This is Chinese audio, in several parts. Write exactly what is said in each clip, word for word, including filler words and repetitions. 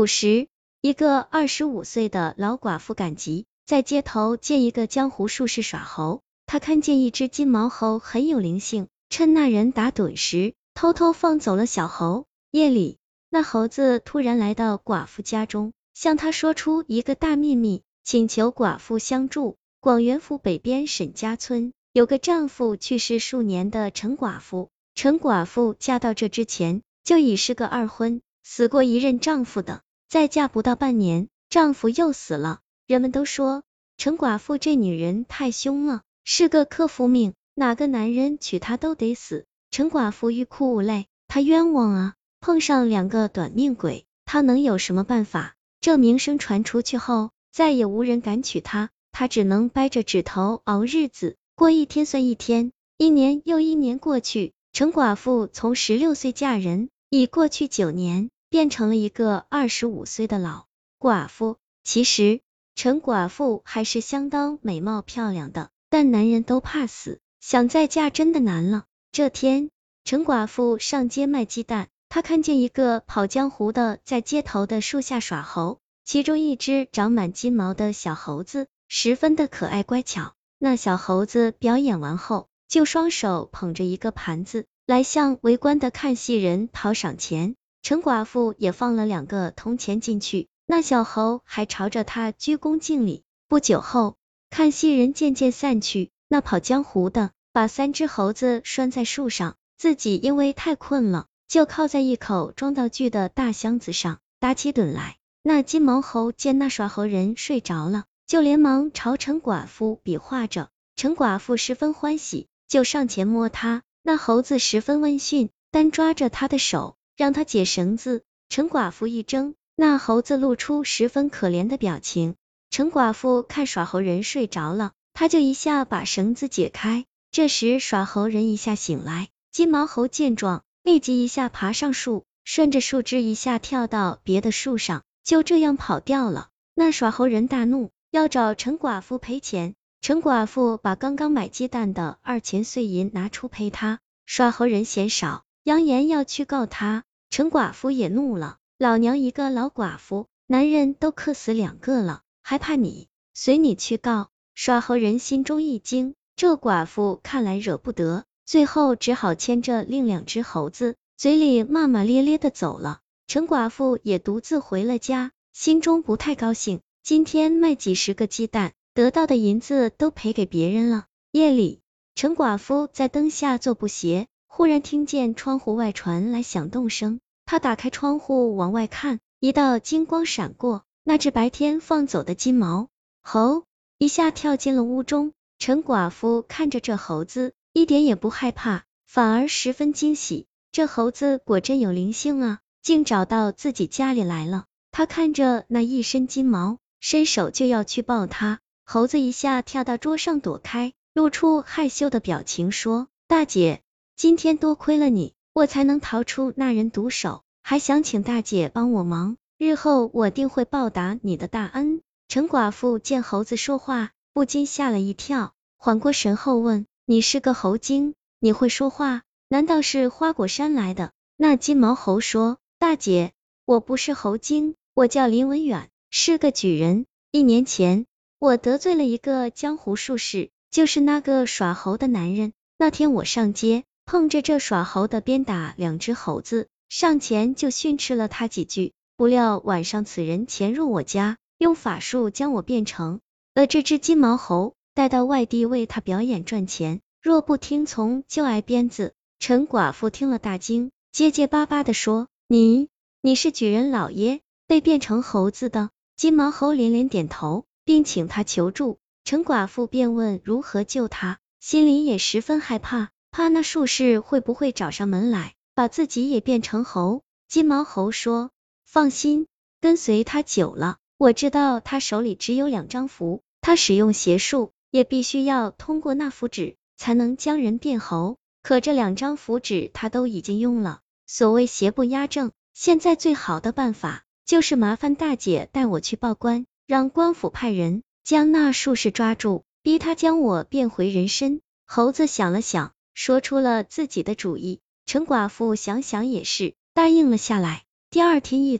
午时，一个二十五岁的老寡妇赶集，在街头见一个江湖术士耍猴，她看见一只金毛猴很有灵性，趁那人打盹时，偷偷放走了小猴。夜里，那猴子突然来到寡妇家中，向她说出一个大秘密，请求寡妇相助。广元府北边沈家村有个丈夫去世数年的陈寡妇，陈寡妇嫁到这之前就已是个二婚，死过一任丈夫的，再嫁不到半年，丈夫又死了。人们都说陈寡妇这女人太凶了，是个克夫命，哪个男人娶她都得死。陈寡妇欲哭无泪，她冤枉啊，碰上两个短命鬼，她能有什么办法？这名声传出去后，再也无人敢娶她，她只能掰着指头熬日子，过一天算一天。一年又一年过去，陈寡妇从十六岁嫁人，已过去九年，变成了一个二十五岁的老寡妇。其实陈寡妇还是相当美貌漂亮的，但男人都怕死，想再嫁真的难了。这天，陈寡妇上街卖鸡蛋，她看见一个跑江湖的在街头的树下耍猴，其中一只长满金毛的小猴子十分的可爱乖巧。那小猴子表演完后，就双手捧着一个盘子来向围观的看戏人讨赏钱，陈寡妇也放了两个铜钱进去，那小猴还朝着他鞠躬敬礼。不久后，看戏人渐渐散去，那跑江湖的把三只猴子拴在树上，自己因为太困了，就靠在一口装道具的大箱子上打起盹来。那金毛猴见那耍猴人睡着了，就连忙朝陈寡妇比划着，陈寡妇十分欢喜，就上前摸他。那猴子十分温驯，单抓着他的手，让他解绳子。陈寡妇一挣，那猴子露出十分可怜的表情。陈寡妇看耍猴人睡着了，他就一下把绳子解开。这时耍猴人一下醒来，金毛猴见状，立即一下爬上树，顺着树枝一下跳到别的树上，就这样跑掉了。那耍猴人大怒，要找陈寡妇赔钱。陈寡妇把刚刚买鸡蛋的二钱碎银拿出赔他，耍猴人嫌少，扬言要去告他。陈寡妇也怒了，老娘一个老寡妇，男人都克死两个了，还怕你？随你去告。耍猴人心中一惊，这寡妇看来惹不得，最后只好牵着另两只猴子，嘴里骂骂咧咧的走了。陈寡妇也独自回了家，心中不太高兴，今天卖几十个鸡蛋，得到的银子都赔给别人了。夜里，陈寡妇在灯下做不歇，忽然听见窗户外传来响动声，她打开窗户往外看，一道金光闪过，那只白天放走的金毛猴一下跳进了屋中。陈寡妇看着这猴子，一点也不害怕，反而十分惊喜，这猴子果真有灵性啊，竟找到自己家里来了。她看着那一身金毛，伸手就要去抱它，猴子一下跳到桌上躲开，露出害羞的表情说，大姐，今天多亏了你，我才能逃出那人毒手，还想请大姐帮我忙，日后我定会报答你的大恩。陈寡妇见猴子说话，不禁吓了一跳，缓过神后问，你是个猴精，你会说话？难道是花果山来的？那金毛猴说，大姐，我不是猴精，我叫林文远，是个举人。一年前，我得罪了一个江湖术士，就是那个耍猴的男人。那天我上街，碰着这耍猴的鞭打两只猴子，上前就训斥了他几句，不料晚上此人潜入我家，用法术将我变成了这只金毛猴，带到外地为他表演赚钱，若不听从就挨鞭子。陈寡妇听了大惊，结结巴巴的说，你你是举人老爷，被变成猴子的？金毛猴连连点头，并请他求助。陈寡妇便问如何救他，心里也十分害怕，怕那术士会不会找上门来，把自己也变成猴。金毛猴说，放心，跟随他久了，我知道他手里只有两张符，他使用邪术，也必须要通过那符纸才能将人变猴，可这两张符纸他都已经用了。所谓邪不压正，现在最好的办法就是麻烦大姐带我去报官，让官府派人将那术士抓住，逼他将我变回人身。猴子想了想，说出了自己的主意。陈寡妇想想也是，答应了下来。第二天一早，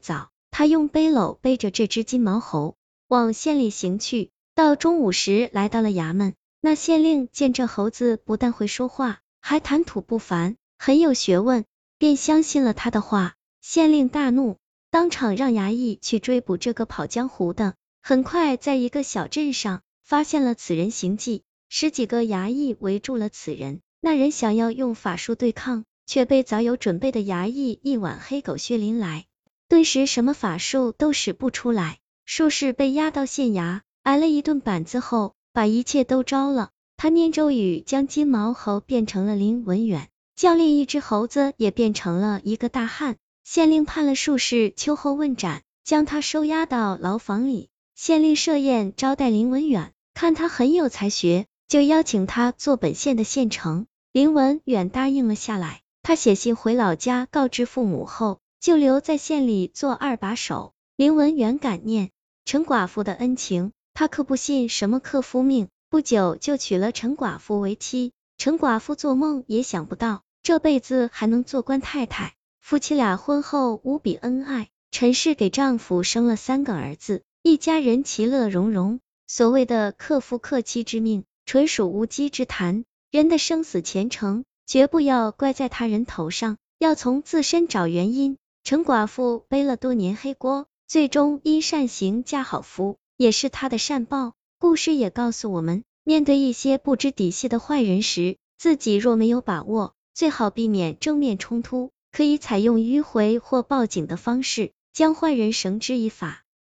他用背篓背着这只金毛猴往县里行去。到中午时来到了衙门，那县令见这猴子不但会说话，还谈吐不凡，很有学问，便相信了他的话。县令大怒，当场让衙役去追捕这个跑江湖的。很快在一个小镇上发现了此人行迹，十几个衙役围住了此人。那人想要用法术对抗，却被早有准备的衙役一碗黑狗血淋来，顿时什么法术都使不出来。术士被押到县衙，挨了一顿板子后，把一切都招了。他念咒语，将金毛猴变成了林文远，将另一只猴子也变成了一个大汉。县令判了术士秋后问斩，将他收押到牢房里。县令设宴招待林文远，看他很有才学，就邀请他做本县的县丞。林文远答应了下来。他写信回老家告知父母后，就留在县里做二把手。林文远感念陈寡妇的恩情，他可不信什么克夫命，不久就娶了陈寡妇为妻。陈寡妇做梦也想不到，这辈子还能做官太太。夫妻俩婚后无比恩爱，陈氏给丈夫生了三个儿子，一家人其乐融融。所谓的克夫克妻之命，纯属无稽之谈。人的生死前程，绝不要怪在他人头上，要从自身找原因。陈寡妇背了多年黑锅，最终因善行嫁好夫，也是她的善报。故事也告诉我们，面对一些不知底细的坏人时，自己若没有把握，最好避免正面冲突，可以采用迂回或报警的方式，将坏人绳之以法。